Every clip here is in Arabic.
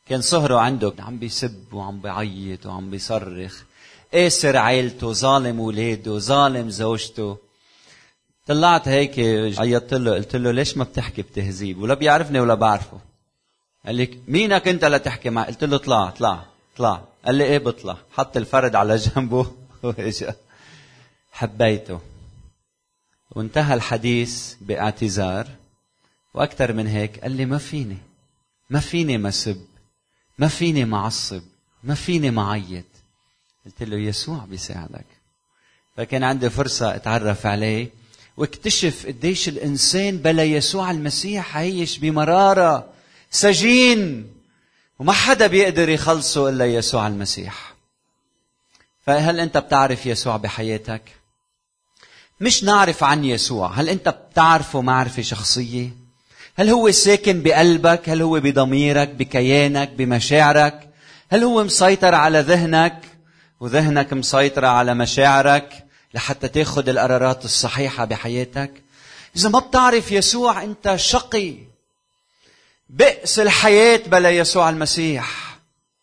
كان صهره عنده عم بيسب وعم بيعيط وعم بيصرخ، قاسر عيلته، ظالم ولاده، ظالم زوجته. طلعت هيك عيطت له، قلت له ليش ما بتحكي بتهذيب؟ ولا بيعرفني ولا بعرفه. قال لي مينك انت لا تحكي معي؟ قلت له طلع. قال لي ايه بطلع؟ حط الفرد على جنبه واجا. حبيته وانتهى الحديث باعتذار. واكثر من هيك قال لي ما فيني ما سب، ما فيني معصب، ما فيني معيط. قلت له يسوع بيساعدك. فكان عندي فرصة اتعرف عليه واكتشف قديش الإنسان بلا يسوع المسيح عايش بمرارة، سجين، وما حدا بيقدر يخلصه إلا يسوع المسيح. فهل أنت بتعرف يسوع بحياتك؟ مش نعرف عن يسوع، هل أنت بتعرفه معرفة شخصية؟ هل هو ساكن بقلبك؟ هل هو بضميرك، بكيانك، بمشاعرك؟ هل هو مسيطر على ذهنك وذهنك مسيطرة على مشاعرك لحتى تاخد القرارات الصحيحة بحياتك؟ إذا ما بتعرف يسوع أنت شقي. بئس الحياة بلا يسوع المسيح،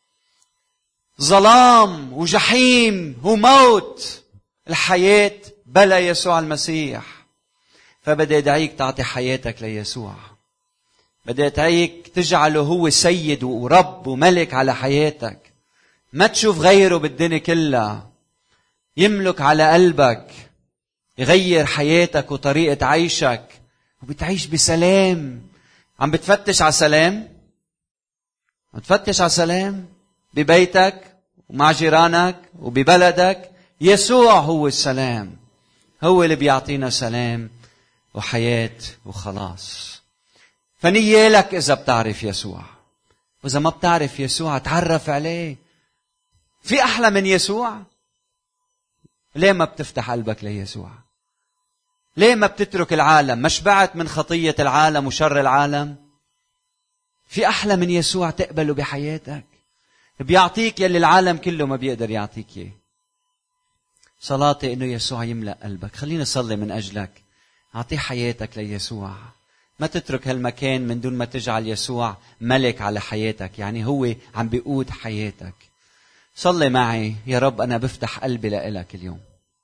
ظلام وجحيم وموت الحياة بلا يسوع المسيح. فبدأ أدعيك تعطي حياتك ليسوع، بدأ أدعيك تجعله هو سيد ورب وملك على حياتك. ما تشوف غيره بالدنيا كلها، يملك على قلبك، يغير حياتك وطريقة عيشك، وبتعيش بسلام. عم بتفتش على سلام؟ عم تفتش على سلام ببيتك ومع جيرانك وببلدك؟ يسوع هو السلام، هو اللي بيعطينا سلام وحياة وخلاص. فنيالك إذا بتعرف يسوع، وإذا ما بتعرف يسوع تعرف عليه. في أحلى من يسوع؟ ليه ما بتفتح قلبك ليسوع؟ ليه ما بتترك العالم؟ ما شبعت من خطية العالم وشر العالم؟ في أحلى من يسوع تقبله بحياتك، بيعطيك يلي العالم كله ما بيقدر يعطيك إياه. صلاتي إنه يسوع يملأ قلبك. خلينا نصلي من أجلك. أعطي حياتك ليسوع. ما تترك هالمكان من دون ما تجعل يسوع ملك على حياتك، يعني هو عم بيقود حياتك. صلي معي. يا رب أنا بفتح قلبي لإلك اليوم.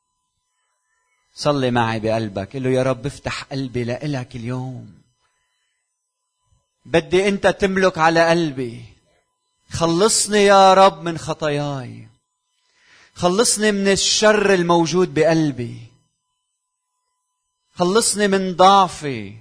صلي معي بقلبك، قل له يا رب بفتح قلبي لإلك اليوم. بدي أنت تملك على قلبي. خلصني يا رب من خطاياي، خلصني من الشر الموجود بقلبي، خلصني من ضعفي،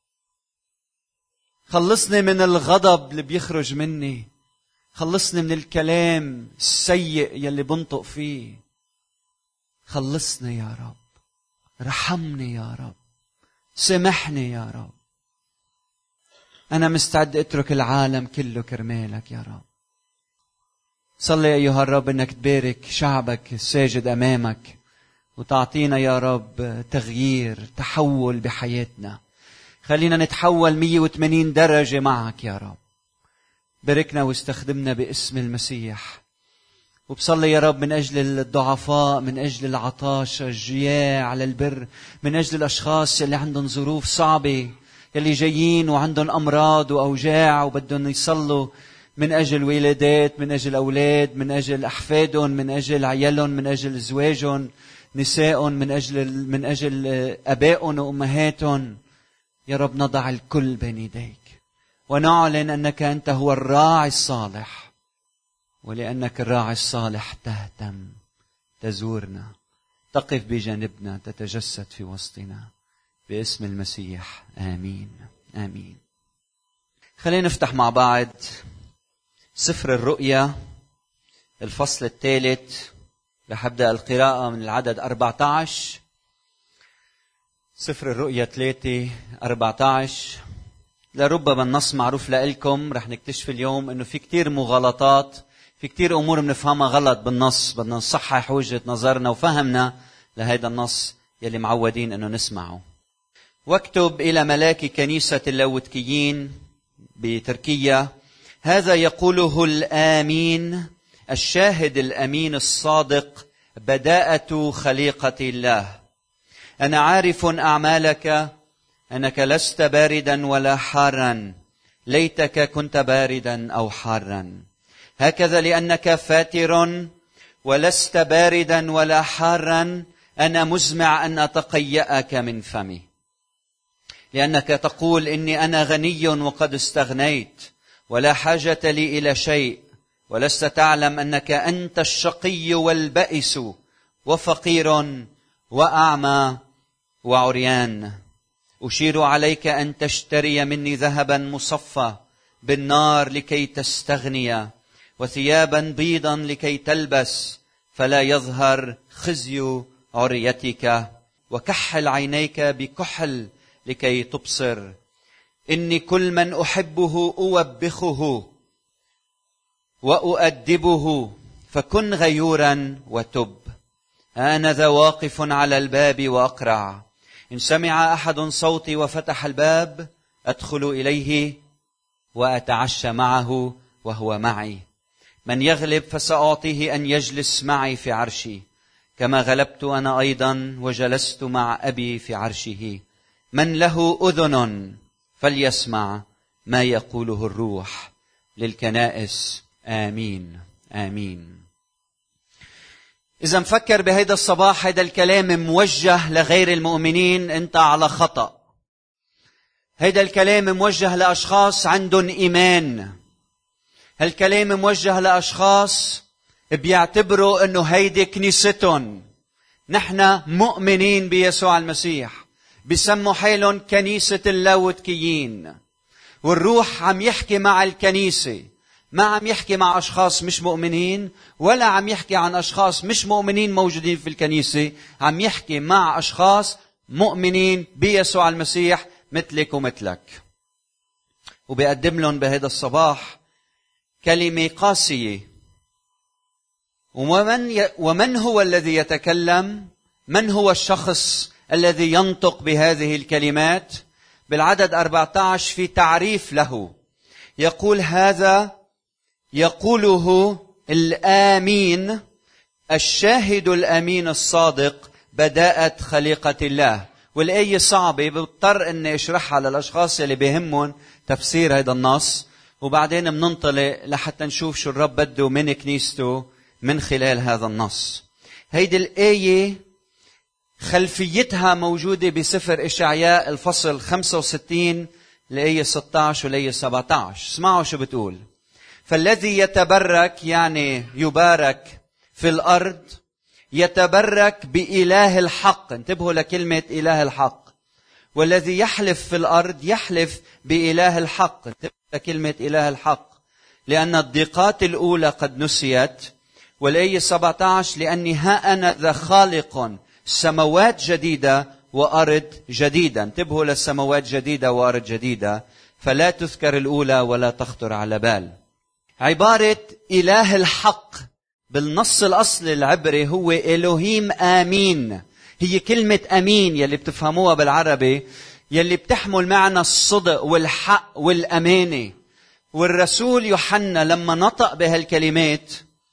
خلصني من الغضب اللي بيخرج مني، خلصني من الكلام السيء يلي بنطق فيه. خلصني يا رب، رحمني يا رب، سامحني يا رب. أنا مستعد أترك العالم كله كرمالك يا رب. صلي أيها الرب أنك تبارك شعبك الساجد أمامك، وتعطينا يا رب تغيير، تحول بحياتنا. خلينا نتحول 180 درجة معك يا رب. باركنا واستخدمنا باسم المسيح. وبصلي يا رب من أجل الضعفاء، من أجل العطاش، الجياع على البر، من أجل الأشخاص اللي عندهم ظروف صعبة، اللي جايين وعندهم أمراض وأوجاع وبدهم يصلوا من أجل ولادات، من أجل أولاد، من أجل أحفادهم، من أجل عيالهم، من أجل زواجهم، نسائهم، من أجل أبائهم وأمهاتهم. يا رب نضع الكل بين يديك ونعلن أنك أنت هو الراعي الصالح، ولأنك الراعي الصالح تهتم، تزورنا، تقف بجانبنا، تتجسد في وسطنا. باسم المسيح آمين آمين. خلينا نفتح مع بعض سفر الرؤيا الفصل 3. رح أبدأ القراءة من العدد 14. سفر الرؤيا 3:14. لربما النص معروف لكم. رح نكتشف اليوم أنه في كتير مغالطات، في كتير أمور بنفهمها غلط بالنص. بدنا نصحح وجهة نظرنا وفهمنا لهذا النص يلي معودين أنه نسمعه. واكتب إلى ملاك كنيسة اللاودكيين بتركيا: هذا يقوله الآمين الشاهد الأمين الصادق، بداءة خليقة الله. أنا عارف أعمالك، أنك لست باردا ولا حارا، ليتك كنت باردا أو حارا. هكذا لأنك فاتر ولست باردا ولا حارا أنا مزمع أن أتقيأك من فمي. لأنك تقول إني أنا غني وقد استغنيت ولا حاجة لي إلى شيء، ولست تعلم أنك أنت الشقي والبائس وفقير وأعمى وعريان. أشير عليك أن تشتري مني ذهبا مصفى بالنار لكي تستغني، وثيابا بيضا لكي تلبس فلا يظهر خزي عريتك، وكحل عينيك بكحل لكي تبصر. إني كل من أحبه أوبخه وأؤدبه، فكن غيورا وتب. أنا ذا واقف على الباب وأقرع، إن سمع أحد صوتي وفتح الباب أدخل إليه وأتعشى معه وهو معي. من يغلب فسأعطيه أن يجلس معي في عرشي، كما غلبت أنا أيضا وجلست مع أبي في عرشه. من له أذن فليسمع ما يقوله الروح للكنائس. آمين آمين. إذا مفكر بهيدا الصباح هيدا الكلام موجه لغير المؤمنين، أنت على خطأ. هيدا الكلام موجه لأشخاص عندهم إيمان. هالكلام موجه لأشخاص بيعتبروا أنه هيدي كنيستهم. نحن مؤمنين بيسوع المسيح، بيسموا حالهم كنيسة اللاودكيين. والروح عم يحكي مع الكنيسة، ما عم يحكي مع أشخاص مش مؤمنين، ولا عم يحكي عن أشخاص مش مؤمنين موجودين في الكنيسة. عم يحكي مع أشخاص مؤمنين بيسوع المسيح مثلك ومثلك. وبيقدم لهم بهذا الصباح كلمة قاسية. ومن هو الذي يتكلم؟ من هو الشخص الذي ينطق بهذه الكلمات؟ بالعدد 14 في تعريف له، يقول هذا يقوله الآمين الشاهد الأمين الصادق بداءة خليقة الله. والآية صعبة، بضطر أني أشرحها للأشخاص اللي بيهمهم تفسير هذا النص، وبعدين بننطلق لحتى نشوف شو الرب بده من كنيسته من خلال هذا النص. هيدي الآية خلفيتها موجودة بسفر إشعياء الفصل 65 الآية 16 والآية 17. اسمعوا شو بتقول: فالذي يتبرك، يعني يبارك في الأرض، يتبرك بإله الحق. انتبهوا لكلمة إله الحق. والذي يحلف في الأرض يحلف بإله الحق. انتبهوا لكلمة إله الحق، لأن الضيقات الأولى قد نسيت. والآية 17: لأني ها أنا ذا خالق سماوات جديدة وأرض جديدة. انتبهوا للسماوات جديدة وأرض جديدة، فلا تذكر الأولى ولا تخطر على بال. عبارة إله الحق بالنص الأصلي العبري هو إلهيم آمين. هي كلمة أمين يلي بتفهموها بالعربي، يلي بتحمل معنى الصدق والحق والأمانة. والرسول يوحنا لما نطق بهالكلمات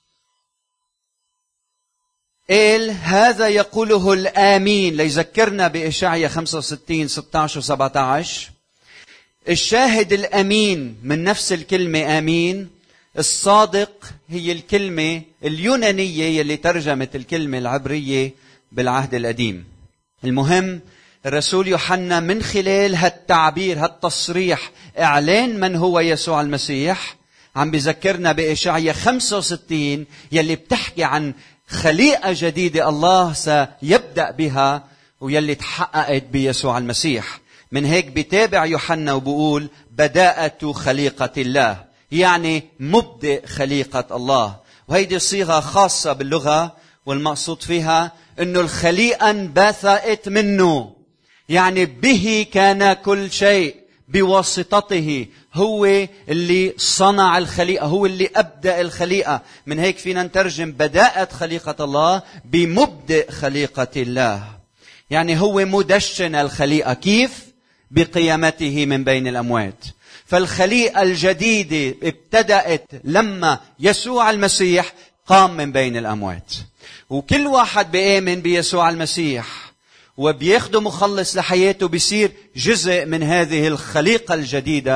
قال هذا يقوله الآمين، ليذكرنا بإشعياء 65 16 و 17. الشاهد الأمين من نفس الكلمة آمين. الصادق هي الكلمة اليونانية يلي ترجمت الكلمة العبرية بالعهد القديم. المهم الرسول يوحنا من خلال هالتعبير هالتصريح إعلان من هو يسوع المسيح عم بذكرنا بإشعياء 65 يلي بتحكي عن خليقة جديدة الله سيبدأ بها ويلي تحققت بيسوع المسيح. من هيك بتابع يوحنا وبقول بداءة خليقة الله، يعني مبدأ خليقة الله. وهيدي صيغة خاصة باللغة، والمقصود فيها أنه الخليقة انبثقت منه، يعني به كان كل شيء، بواسطته هو اللي صنع الخليقة، هو اللي أبدأ الخليقة. من هيك فينا نترجم بداءة خليقة الله بمبدأ خليقة الله، يعني هو مدشن الخليقة. كيف؟ بقيامته من بين الأموات. فالخليقة الجديدة ابتدأت لما يسوع المسيح قام من بين الأموات. وكل واحد بيآمن بيسوع المسيح وبياخده مخلص لحياته بيصير جزء من هذه الخليقة الجديدة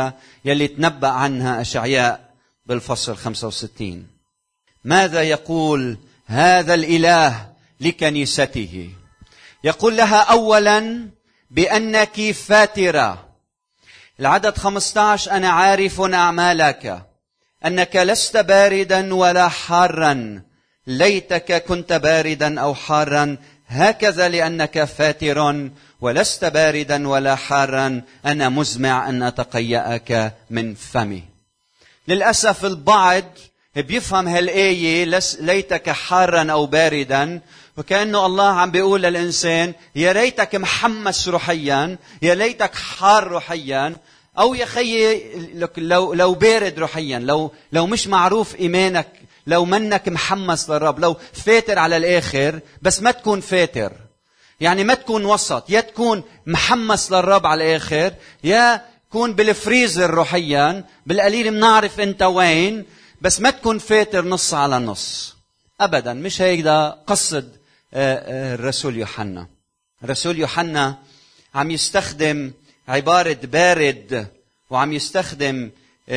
يلي تنبأ عنها أشعياء بالفصل 65. ماذا يقول هذا الإله لكنيسته؟ يقول لها أولا بأنك فاترة. العدد 15: أنا عارف أعمالك أنك لست باردا ولا حارا، ليتك كنت باردا أو حارا، هكذا لأنك فاتر ولست باردا ولا حارا أنا مزمع أن أتقيأك من فمي. للأسف البعض بيفهم هالآية ليتك حارا أو باردا وكأنه الله عم بيقول للإنسان يا ريتك محمس روحيا، يا ليتك حار روحيا، أو يا خيي لو بارد روحيا، لو مش معروف إيمانك، لو منك محمس للرب، لو فاتر على الآخر بس ما تكون فاتر. يعني ما تكون وسط، يا تكون محمس للرب على الآخر يا تكون بالفريزر روحيا، بالقليل منعرف أنت وين، بس ما تكون فاتر نص على نص. أبدا مش هيك ده قصد الرسول يوحنا. الرسول يوحنا عم يستخدم عبارة بارد وعم يستخدم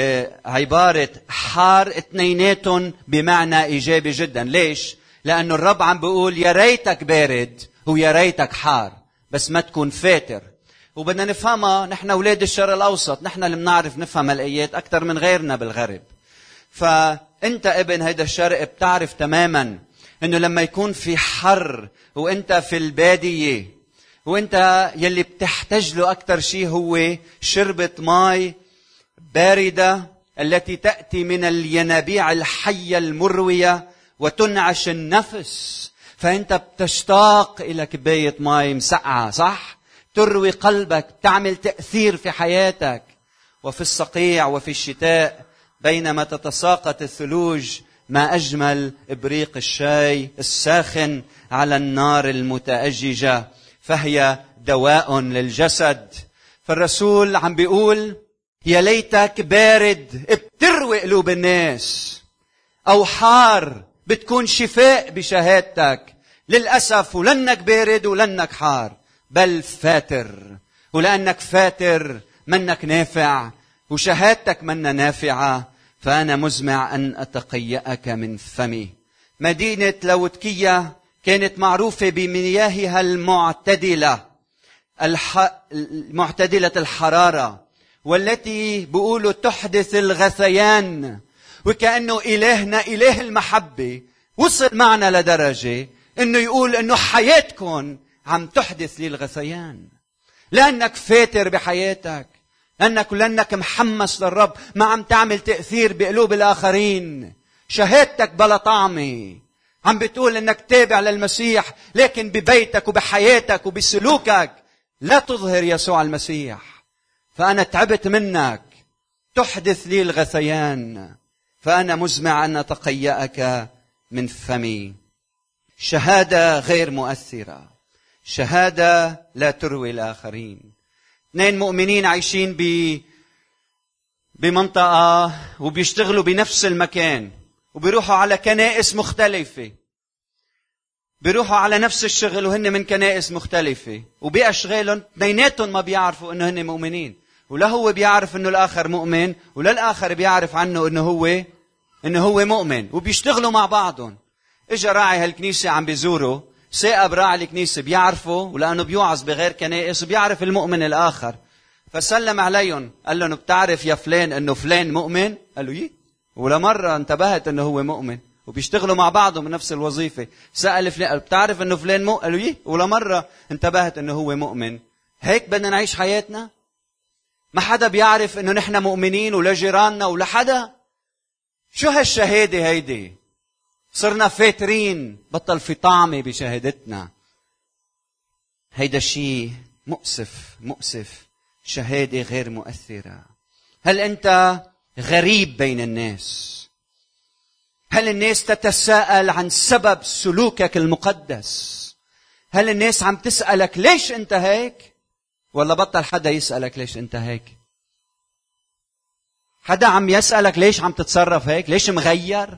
عبارة حار، اثنيناتهم بمعنى إيجابي جدا. ليش؟ لأنه الرب عم بيقول يا ريتك بارد ويا ريتك حار، بس ما تكون فاتر. وبدنا نفهمها نحن أولاد الشرق الأوسط، نحن اللي بنعرف نفهم الآيات أكثر من غيرنا بالغرب. فأنت ابن هيدا الشرق بتعرف تماما أنه لما يكون في حر وأنت في البادية وأنت يلي بتحتاج له أكثر شيء هو شربة ماء باردة التي تأتي من الينابيع الحية المروية وتنعش النفس، فأنت بتشتاق إلى كباية ماء مسقعة، صح؟ تروي قلبك، تعمل تأثير في حياتك. وفي الصقيع وفي الشتاء بينما تتساقط الثلوج ما أجمل إبريق الشاي الساخن على النار المتأججة، فهي دواء للجسد. فالرسول عم بيقول يا ليتك بارد بتروي قلوب الناس، أو حار بتكون شفاء بشهادتك. للأسف ولنك بارد ولنك حار، بل فاتر. ولأنك فاتر منك نافع وشهادتك منا نافعة، فأنا مزمع أن أتقيأك من فمي. مدينة لاوديكية كانت معروفة بمياهها المعتدلة معتدلة الحرارة، والتي بيقولوا تحدث الغثيان. وكأنه إلهنا إله المحبة وصل معنا لدرجة أنه يقول أنه حياتكم عم تحدث لي الغثيان، لأنك فاتر بحياتك، لأنك محمس للرب، ما عم تعمل تأثير بقلوب الآخرين، شهادتك بلا طعمة. عم بتقول أنك تابع للمسيح لكن ببيتك وبحياتك وبسلوكك لا تظهر يسوع المسيح. فأنا تعبت منك، تحدث لي الغثيان، فأنا مزمع أن أتقيأك من فمي. شهادة غير مؤثرة، شهادة لا تروي الآخرين. اثنين مؤمنين عايشين بمنطقة وبيشتغلوا بنفس المكان وبيروحوا على كنائس مختلفة، بيروحوا على نفس الشغل وهن من كنائس مختلفة، وبأشغالهم اثنيناتهم ما بيعرفوا انه هن مؤمنين، ولا هو بيعرف انه الآخر مؤمن ولا الآخر بيعرف عنه انه هو مؤمن، وبيشتغلوا مع بعضهم. اجا راعي هالكنيسة عم بيزوروا، سائب راعي الكنيسة بيعرفه ولأنه بيوعظ بغير كنائس وبيعرف المؤمن الآخر، فسلم عليهم قال لهم بتعرف يا فلان انه فلان مؤمن؟ قالوا يي، ولا مرة انتبهت انه هو مؤمن، وبيشتغلوا مع بعضهم من نفس الوظيفة. سأل فلان قال بتعرف انه فلان مؤمن؟ قالوا يي، ولا مرة انتبهت انه هو مؤمن. هيك بدنا نعيش حياتنا؟ ما حدا بيعرف انه نحن مؤمنين ولا جيراننا ولا حدا؟ شو هالشهادة هيدي؟ صرنا فاترين، بطل في طعمة بشهادتنا. هيدا الشيء مؤسف، شهادة غير مؤثرة. هل أنت غريب بين الناس؟ هل الناس تتساءل عن سبب سلوكك المقدس؟ هل الناس عم تسألك ليش أنت هيك؟ ولا بطل حدا يسألك ليش أنت هيك؟ حدا عم يسألك ليش عم تتصرف هيك؟ ليش مغير؟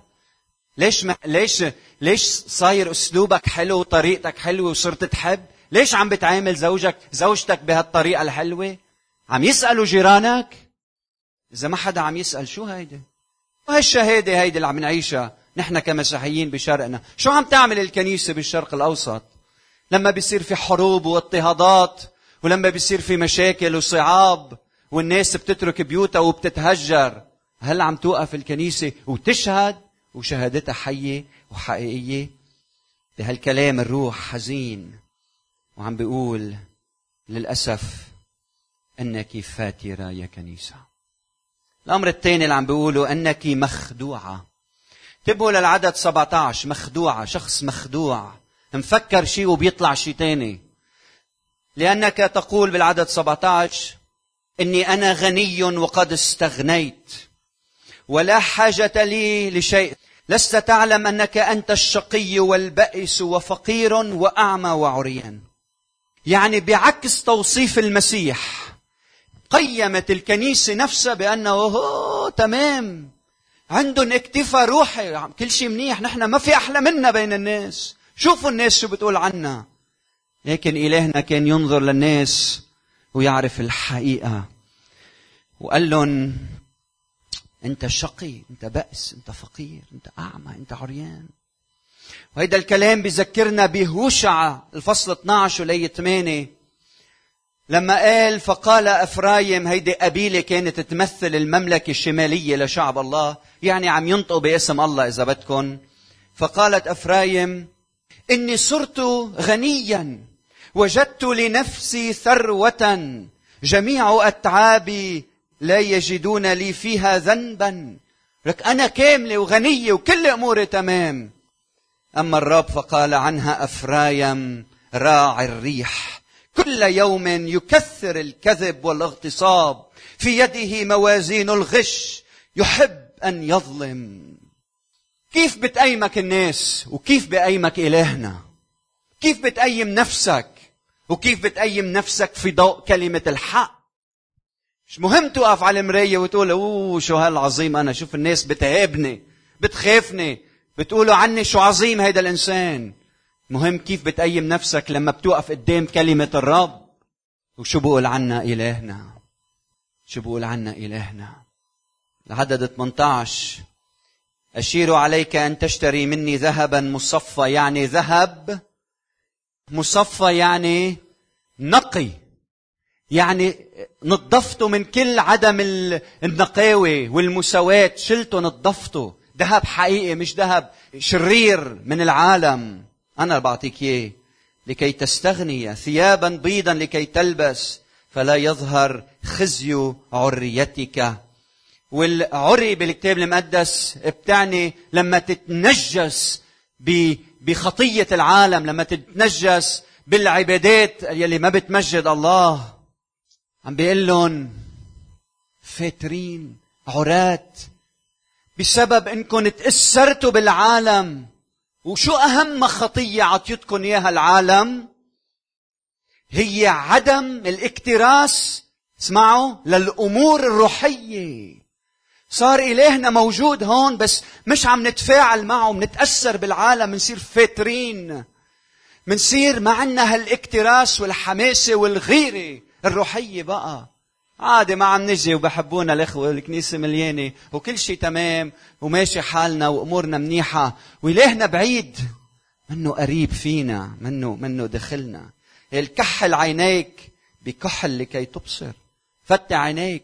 ليش صاير أسلوبك حلو وطريقتك حلوة وصرت تحب؟ ليش عم بتعامل زوجتك بهالطريقة الحلوة؟ عم يسألوا جيرانك؟ إذا ما حدا عم يسأل شو هيدا؟ وهالشهادة هيدي اللي عم نعيشها نحن كمسيحيين بشرقنا. شو عم تعمل الكنيسة بالشرق الأوسط لما بيصير في حروب واضطهادات، ولما بيصير في مشاكل وصعاب والناس بتترك بيوتها وبتتهجر؟ هل عم توقف الكنيسة وتشهد وشهادتها حية وحقيقية؟ بهالكلام الروح حزين وعم بيقول للأسف أنك فاترة يا كنيسة. الأمر الثاني اللي عم بيقوله أنك مخدوعة. انتبهوا للعدد 17. مخدوعة، شخص مخدوع مفكر شيء وبيطلع شيء تاني. لأنك تقول بالعدد 17 إني أنا غني وقد استغنيت ولا حاجة لي لشيء. لست تعلم أنك أنت الشقي والبائس وفقير وأعمى وعريان. يعني بعكس توصيف المسيح قيمت الكنيسة نفسها بأنه تمام، عندهم اكتفاء روحي، كل شيء منيح، نحن ما في أحلى منا بين الناس، شوفوا الناس شو بتقول عنا. لكن إلهنا كان ينظر للناس ويعرف الحقيقة، وقال لهم أنت شقي، أنت بائس، أنت فقير، أنت أعمى، أنت عريان. وهذا الكلام بيذكرنا بهوشع الفصل 12 والآية 8 لما قال فقال أفرايم، هيدي قبيلة كانت تمثل المملكة الشمالية لشعب الله، يعني عم ينطقوا باسم الله إذا بدكم. فقالت أفرايم إني صرت غنيا وجدت لنفسي ثروة جميع أتعابي لا يجدون لي فيها ذنبا. لك أنا كاملة وغنية وكل أموري تمام. أما الرب فقال عنها أفرايم راعي الريح، كل يوم يكثر الكذب والاغتصاب، في يده موازين الغش، يحب أن يظلم. كيف بتقيمك الناس وكيف بقيمك إلهنا؟ كيف بتقيم نفسك وكيف بتقيم نفسك في ضوء كلمة الحق؟ مش مهم توقف على المراية وتقول شو هالعظيم أنا، شوف الناس بتهابني بتخافني بتقولوا عني شو عظيم هيدا الإنسان. مهم كيف بتقيم نفسك لما بتوقف قدام كلمة الرب. وشو بقول عنا إلهنا؟ شو بقول عنا إلهنا؟ العدد 18 أشير عليك أن تشتري مني ذهبا مصفى. يعني ذهب مصفى يعني نقي، يعني نظفته من كل عدم النقاوة والمساواة، شلته نظفته. ذهب حقيقي مش ذهب شرير من العالم. أنا بعطيك إياه لكي تستغني، ثيابا بيضا لكي تلبس فلا يظهر خزي عريتك. والعري بالكتاب المقدس بتعني لما تتنجس بخطية العالم، لما تتنجس بالعبادات يلي ما بتمجد الله. عم بيقول لهم فاترين عرات بسبب انكم تأثرتوا بالعالم. وشو أهم خطية عطيتكم إياها العالم؟ هي عدم الاكتراث، اسمعوا، للأمور الروحية. صار إلهنا موجود هون بس مش عم نتفاعل معه، منتأثر بالعالم، منصير فاترين، منصير ما عنا هالاكتراث والحماسة والغيرة الروحية. بقى عادي ما عم نجي وبحبونا الإخوة، الكنيسة مليانة وكل شيء تمام وماشي حالنا وأمورنا منيحة، وإلهنا بعيد، منه قريب فينا، منه دخلنا. الكحل عينيك بكحل لكي تبصر، فتح عينيك.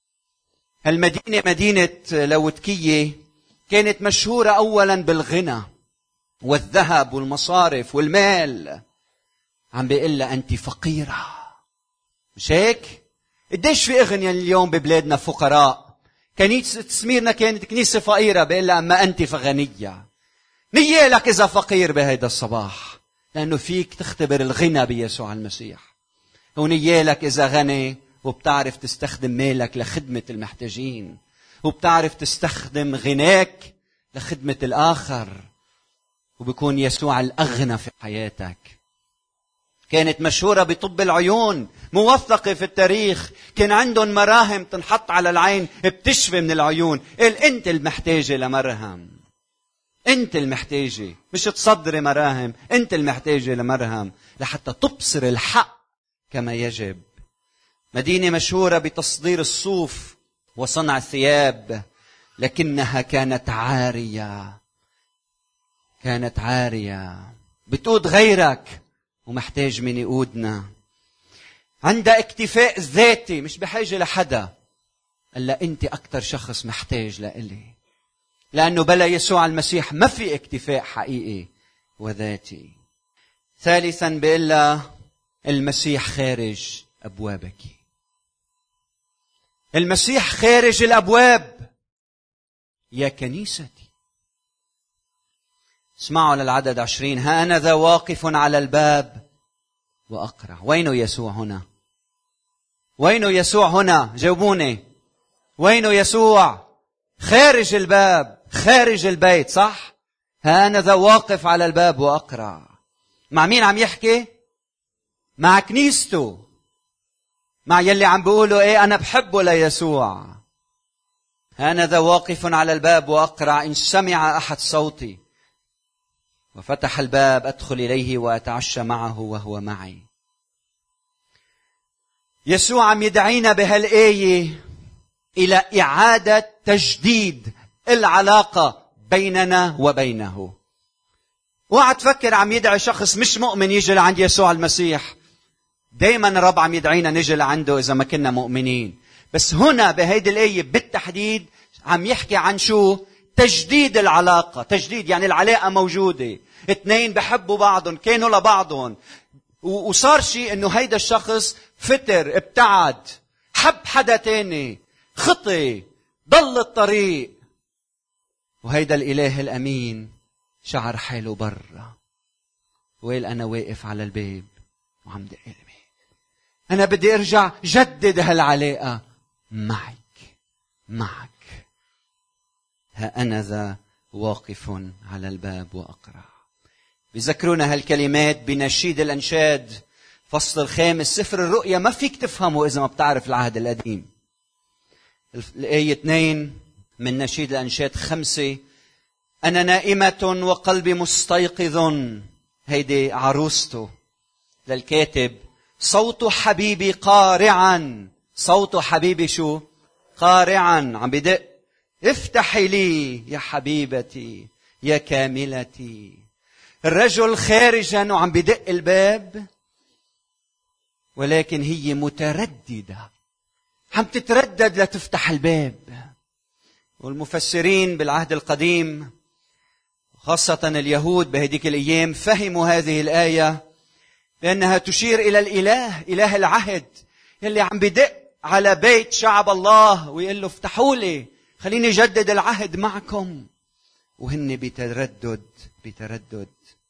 المدينة مدينة لاوديكية كانت مشهورة أولا بالغنى والذهب والمصارف والمال. عم بيقول لها أنت فقيرة، مش هيك؟ قديش في أغنياء اليوم ببلادنا فقراء. كنيسة سميرنا كانت كنيسة فقيرة، بيقول لها أما أنت فغنية. نيالك إذا فقير بهيدا الصباح، لأنه فيك تختبر الغنى بيسوع المسيح. ونيالك إذا غني وبتعرف تستخدم مالك لخدمة المحتاجين، وبتعرف تستخدم غناك لخدمة الآخر، وبيكون يسوع الأغنى في حياتك. كانت مشهورة بطب العيون، موثقة في التاريخ. كان عندهم مراهم تنحط على العين بتشفي من العيون. قال أنت المحتاجة لمرهم، أنت المحتاجة، مش تصدري مراهم، أنت المحتاجة لمرهم لحتى تبصر الحق كما يجب. مدينة مشهورة بتصدير الصوف وصنع الثياب، لكنها كانت عارية. كانت عارية. بتقود غيرك ومحتاج من يقودنا. عندها اكتفاء ذاتي، مش بحاجة لحدا إلا أنت أكتر شخص محتاج لإلي، لأنه بلا يسوع المسيح ما في اكتفاء حقيقي وذاتي. ثالثا بيقول المسيح خارج أبوابك. المسيح خارج الأبواب يا كنيستي. اسمعوا للعدد 20. ها أنا ذا واقف على الباب وأقرع. وينه يسوع هنا؟ وينه يسوع هنا؟ جاوبوني. وينه يسوع؟ خارج الباب، خارج البيت، صح؟ ها أنا ذا واقف على الباب وأقرع. مع مين عم يحكي؟ مع كنيسته، مع يلي عم بيقولوا ايه أنا بحبه ليسوع. ها أنا ذا واقف على الباب وأقرع، إن سمع أحد صوتي وفتح الباب أدخل إليه وأتعشى معه وهو معي. يسوع عم يدعينا بهالآية إلى إعادة تجديد العلاقة بيننا وبينه. اوعى تفكر عم يدعي شخص مش مؤمن يجي لعند يسوع المسيح. دايما الرب عم يدعينا نجي لعنده إذا ما كنا مؤمنين. بس هنا بهيدي الآية بالتحديد عم يحكي عن شو؟ تجديد العلاقة. تجديد يعني العلاقة موجودة، اثنين بحبوا بعضهم، كانوا لبعضهم، وصار شيء انه هيدا الشخص فتر، ابتعد، حب حدا تاني، خطي، ضل الطريق، وهيدا الإله الأمين شعر حاله برا. ويل أنا واقف على الباب وعم دق الباب، أنا بدي أرجع جدد هالعلاقة معك. ها أنا ذا واقف على الباب وأقرع. بذكرونا هالكلمات بنشيد الأنشاد فصل 5 سفر الرؤيا. ما فيك تفهمه إذا ما بتعرف العهد القديم. الآية 2 من نشيد الأنشاد 5. أنا نائمة وقلبي مستيقظ. هيدي عروسته للكاتب. صوت حبيبي قارعا. صوت حبيبي شو؟ قارعا، عم بدق. افتحي لي يا حبيبتي يا كاملتي. الرجل خارجا وعم بدق الباب، ولكن هي مترددة، عم تتردد لتفتح الباب. والمفسرين بالعهد القديم خاصة اليهود بهديك الأيام فهموا هذه الآية بأنها تشير إلى الإله، إله العهد، يلي عم بدق على بيت شعب الله ويقول له افتحوا لي، خليني أجدد العهد معكم. وهن بتردد.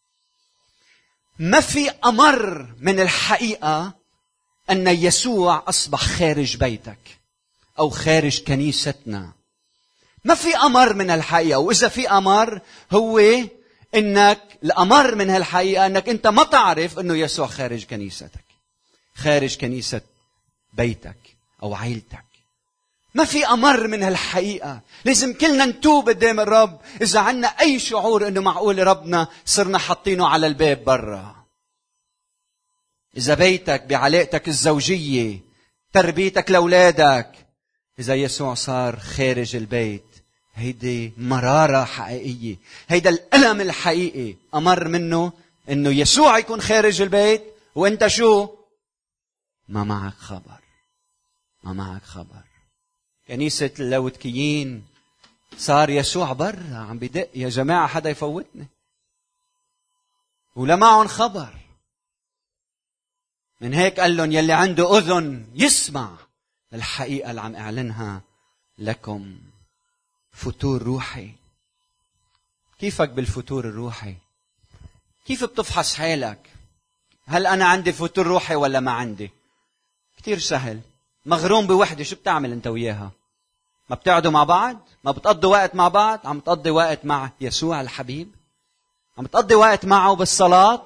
ما في أمر من الحقيقة أن يسوع أصبح خارج بيتك أو خارج كنيستنا. ما في أمر من الحقيقة. وإذا في أمر هو إنك الأمر من هالحقيقة أنك أنت ما تعرف أنه يسوع خارج كنيستك، خارج كنيسة بيتك أو عائلتك. ما في أمر من هالحقيقة. لازم كلنا نتوب قدام الرب إذا عنا أي شعور أنه معقول ربنا صرنا حاطينه على الباب برا. إذا بيتك بعلاقتك الزوجية، تربيتك لأولادك، إذا يسوع صار خارج البيت، هيدي مرارة حقيقية، هيدا الألم الحقيقي. أمر منه أنه يسوع يكون خارج البيت وأنت شو؟ ما معك خبر. كنيسة اللاودكيين صار يسوع برا عم بدق، يا جماعة حدا يفوتني، ولا معهم خبر. من هيك قال لهم يلي عنده أذن يسمع الحقيقة اللي عم أعلنها لكم. فتور روحي. كيفك بالفتور الروحي؟ كيف بتفحص حالك؟ هل أنا عندي فتور روحي ولا ما عندي؟ كتير سهل. مغروم بوحدة، شو بتعمل أنت وياها؟ ما بتقعدوا مع بعض؟ ما بتقضوا وقت مع بعض؟ عم تقضي وقت مع يسوع الحبيب؟ عم تقضي وقت معه بالصلاة؟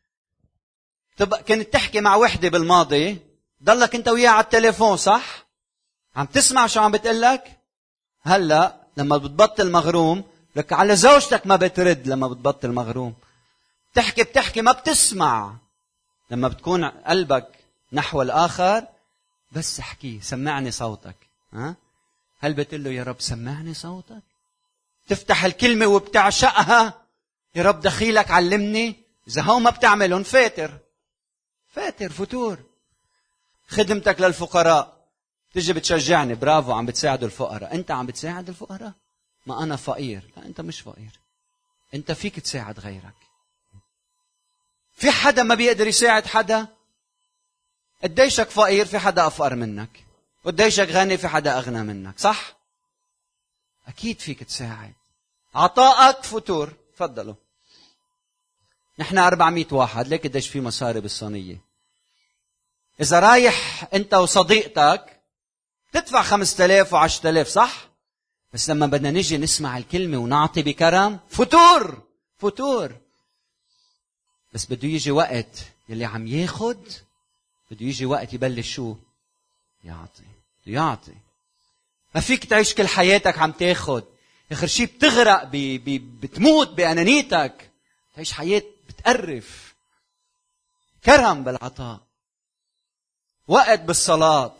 كنت تحكي مع وحدة بالماضي، ضلك أنت وياها على التليفون، صح؟ عم تسمع شو عم بتقلك؟ هلأ لما بتبطل مغروم لك على زوجتك ما بترد. لما بتبطل مغروم بتحكي ما بتسمع. لما بتكون قلبك نحو الآخر بس احكي، سمعني صوتك. هل بتقول له يا رب سمعني صوتك؟ تفتح الكلمة وبتعشقها، يا رب دخيلك علمني. إذا هو ما بتعملهم فاتر فتور. خدمتك للفقراء، تجي بتشجعني، برافو عم بتساعدوا الفقراء. أنت عم بتساعد الفقراء؟ ما أنا فقير. لا، أنت مش فقير، أنت فيك تساعد غيرك. في حدا ما بيقدر يساعد حدا؟ قديشك فقير في حدا أفقر منك، قديشك غني في حدا أغنى منك، صح؟ أكيد فيك تساعد. عطائك فتور. تفضلوا. نحن 400 واحد، ليك قديش في مصاري بالصينية. إذا رايح أنت وصديقتك تدفع 5000 و10000، صح؟ بس لما بدنا نجي نسمع الكلمة ونعطي بكرم، فتور. بس بده يجي وقت يلي عم ياخد، بده يجي وقت يبلش شو؟ يعطي. ما فيك تعيش كل حياتك عم تاخد. آخر شيء بتغرق بتموت بأنانيتك. تعيش حياة بتقرف. كرم بالعطاء، وقت بالصلاة،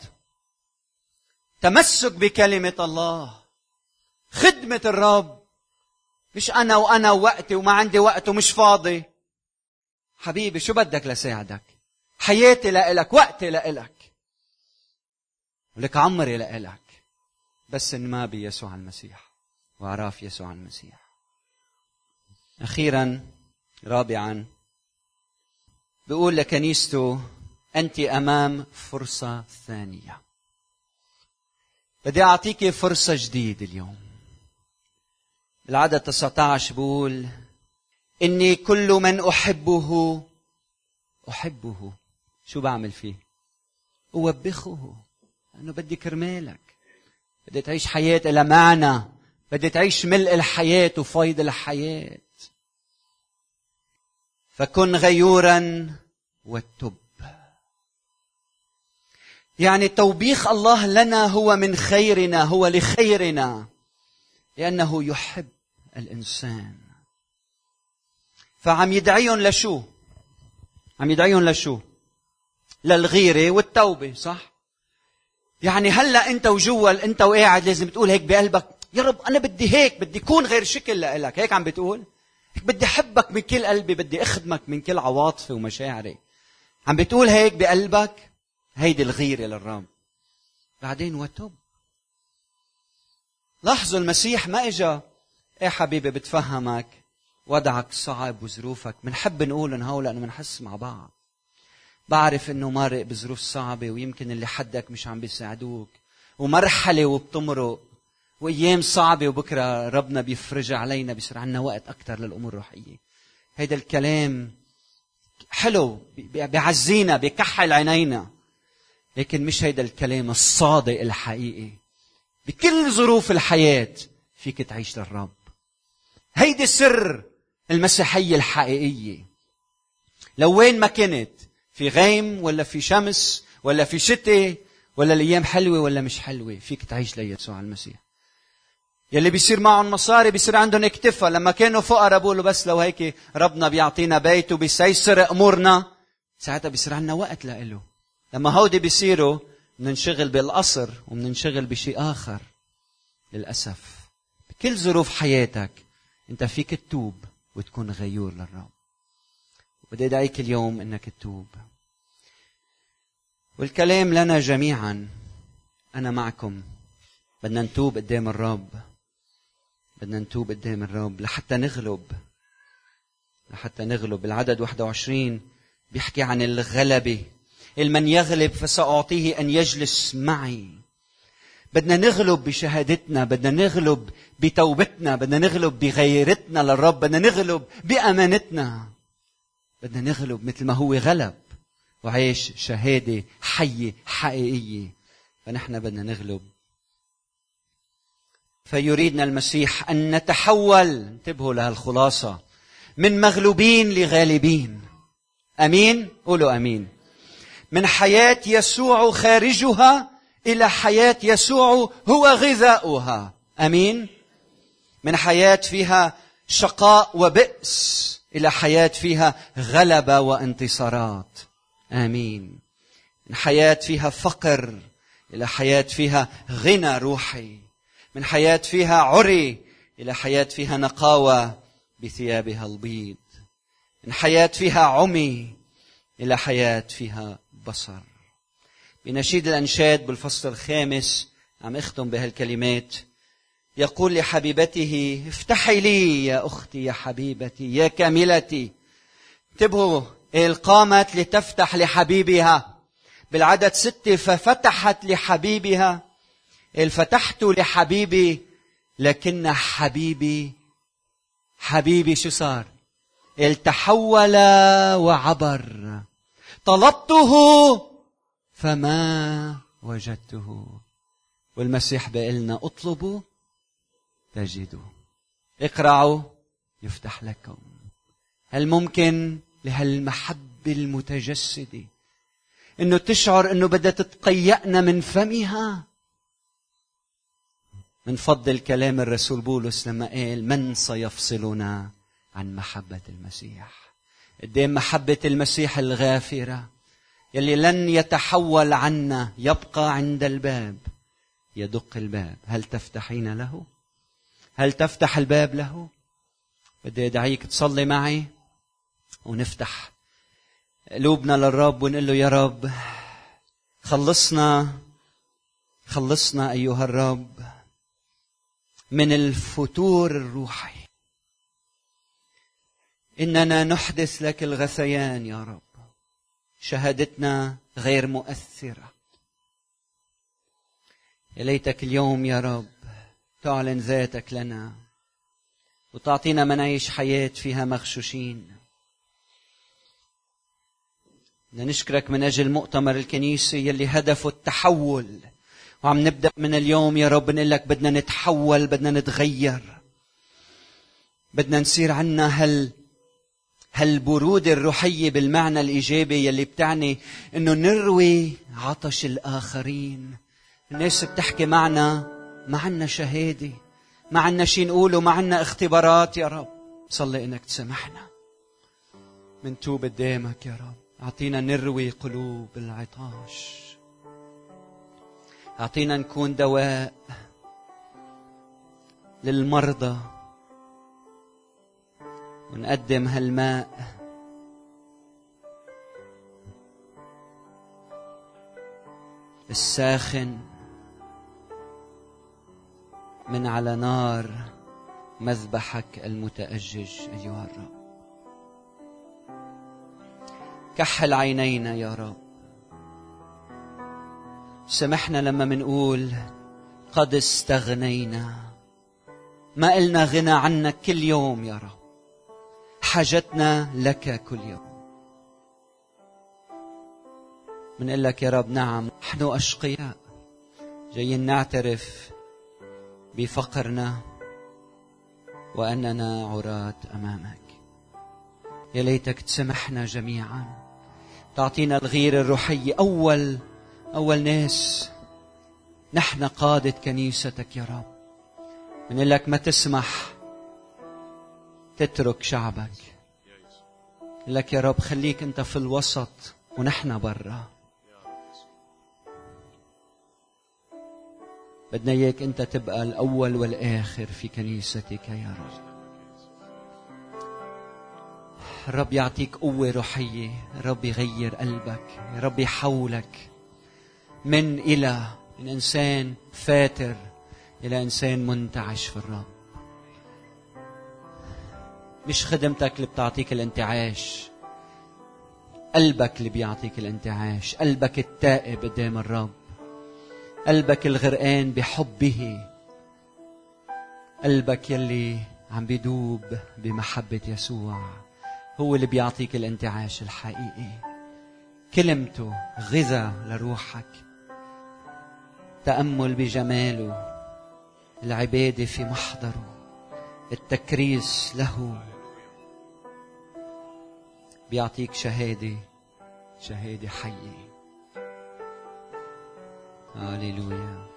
تمسك بكلمة الله، خدمة الرب. مش أنا ووقتي وما عندي وقت ومش فاضي. حبيبي شو بدك لساعدك؟ حياتي لإلك، وقتي لإلك، ولك عمري لإلك، بس إنما بيسوع المسيح وعراف يسوع المسيح. أخيرا رابعا بيقول لكنيسته أنت أمام فرصة ثانية. بدي أعطيك فرصة جديدة اليوم. العدد 19 بيقول إني كل من أحبه شو بعمل فيه؟ أوبخه، لأنه بدي كرمالك. بدي تعيش حياة إلى معنى، بدي تعيش ملء الحياة وفيض الحياة. فكن غيورا وتب. يعني توبيخ الله لنا هو من خيرنا، هو لخيرنا، لأنه يحب الإنسان. فعم يدعيهم لشو؟ عم يدعيهم لشو؟ للغيرة والتوبة، صح؟ يعني هلأ أنت وجوال، أنت وقاعد لازم تقول هيك بقلبك، يا رب أنا بدي هيك، بدي كون غير شكل لإلك. هيك عم بتقول؟ بدي أحبك من كل قلبي، بدي أخدمك من كل عواطفي ومشاعري. عم بتقول هيك بقلبك؟ هيدي الغيرة للرب. بعدين وتب. لاحظوا المسيح ما إجا إيه حبيبي بتفهمك وضعك صعب وظروفك. منحب نقول هؤلاء لأنه منحس مع بعض. بعرف إنه مارق بظروف صعبة، ويمكن اللي حدك مش عم بيساعدوك، ومرحلة وبتمرق، وأيام صعبة، وبكرة ربنا بيفرجها علينا، بيصير عنا وقت أكتر للأمور الروحية. هيدا الكلام حلو، بيعزينا، بيكحل عينينا، لكن مش هيدا الكلام الصادق الحقيقي. بكل ظروف الحياة فيك تعيش للرب. هيدي سر المسيحية الحقيقية. لو وين ما كنت، في غيم ولا في شمس ولا في شتاء ولا الأيام حلوة ولا مش حلوة، فيك تعيش ليسوع المسيح. يلي بيصير معهم مصاري بيصير عندهم اكتفى. لما كانوا فقراء بقولوا بس لو هيك ربنا بيعطينا بيت وبيسيسر أمورنا، ساعتها بيصير عندنا وقت لإله. لما هودي بيصيروا مننشغل بالقصر ومننشغل بشيء آخر. للأسف بكل ظروف حياتك أنت فيك تتوب وتكون غيور للرب. وبدي أدعيك اليوم أنك تتوب. والكلام لنا جميعا، أنا معكم. بدنا نتوب قدام الرب، بدنا نتوب قدام الرب لحتى نغلب. العدد 21 بيحكي عن الغلبة. من يغلب فسأعطيه أن يجلس معي. بدنا نغلب بشهادتنا، بدنا نغلب بتوبتنا، بدنا نغلب بغيرتنا للرب، بدنا نغلب بأمانتنا، بدنا نغلب مثل ما هو غلب وعيش شهادة حية حقيقية. فنحن بدنا نغلب. فيريدنا المسيح أن نتحول، انتبهوا لهالخلاصة، من مغلوبين لغالبين. أمين؟ قولوا أمين. من حياة يسوع خارجها إلى حياة يسوع هو غذاؤها. أمين؟ من حياة فيها شقاء وبئس إلى حياة فيها غلبة وانتصارات. آمين. من حياة فيها فقر إلى حياة فيها غنى روحي. من حياة فيها عري إلى حياة فيها نقاوة بثيابها البيض. من حياة فيها عمي إلى حياة فيها بصر. بنشيد الأنشاد بالفصل 5 عم أختم بهالكلمات. يقول لحبيبته: افتحي لي يا أختي يا حبيبتي يا كاملتي. انتبهوا، قامت لتفتح لحبيبها. بالعدد 6 ففتحت لحبيبها. فتحت لحبيبي، لكن حبيبي شو صار؟ تحول وعبر. طلبته فما وجدته. والمسيح بيقلنا: اطلبوا تجدوا، اقرعوا يفتح لكم. هل ممكن لهالمحبة المتجسدة انه تشعر انه بدها تتقيأنا من فمها؟ من فضل كلام الرسول بولس لما قال: من سيفصلنا عن محبة المسيح؟ قدام محبة المسيح الغافرة يلي لن يتحول عنا، يبقى عند الباب يدق الباب. هل تفتحين له؟ هل تفتح الباب له؟ بدي أدعيك تصلي معي ونفتح قلوبنا للرب ونقول له: يا رب خلصنا أيها الرب من الفتور الروحي. إننا نحدث لك الغثيان يا رب. شهادتنا غير مؤثرة. يا ليتك اليوم يا رب تعلن ذاتك لنا وتعطينا ما نعيش حياة فيها مغشوشين. بدنا نشكرك من أجل مؤتمر الكنيسة يلي هدفه التحول، وعم نبدأ من اليوم يا رب نقول لك: بدنا نتحول، بدنا نتغير، بدنا نصير عنا هالبرودة الروحية بالمعنى الإيجابي يلي بتعني إنه نروي عطش الآخرين. الناس بتحكي معنا، ما عنا شهادة، ما عنا شي نقوله، ما عنا اختبارات. يا رب صلي إنك تسامحنا، منتوب قدامك يا رب. أعطينا نروي قلوب العطاش، أعطينا نكون دواء للمرضى، ونقدم هالماء الساخن من على نار مذبحك المتأجج أيها الرب. كحل عينينا يا رب. سمحنا لما منقول قد استغنينا، ما قلنا غنى عنك كل يوم يا رب. حاجتنا لك كل يوم. منقول لك يا رب: نعم نحن أشقياء، جايين نعترف بفقرنا وأننا عراة أمامك. يا ليتك تسمحنا جميعا، تعطينا الغيرة الروحية. أول ناس نحن قادة كنيستك يا رب. منقول لك: ما تسمح تترك شعبك. لك يا رب خليك أنت في الوسط ونحن برا. بدنا إياك أنت تبقى الأول والآخر في كنيستك يا رب. الرب يعطيك قوة روحية، الرب يغير قلبك، الرب يحولك من إنسان فاتر إلى إنسان منتعش في الرب. مش خدمتك اللي بتعطيك الانتعاش، قلبك اللي بيعطيك الانتعاش. قلبك التائب قدام الرب، قلبك الغرقان بحبه، قلبك يلي عم بيدوب بمحبة يسوع هو اللي بيعطيك الانتعاش الحقيقي. كلمته غذاء لروحك، تأمل بجماله، العبادة في محضره، التكريس له، بيعطيك شهادة حية. هاليلويا.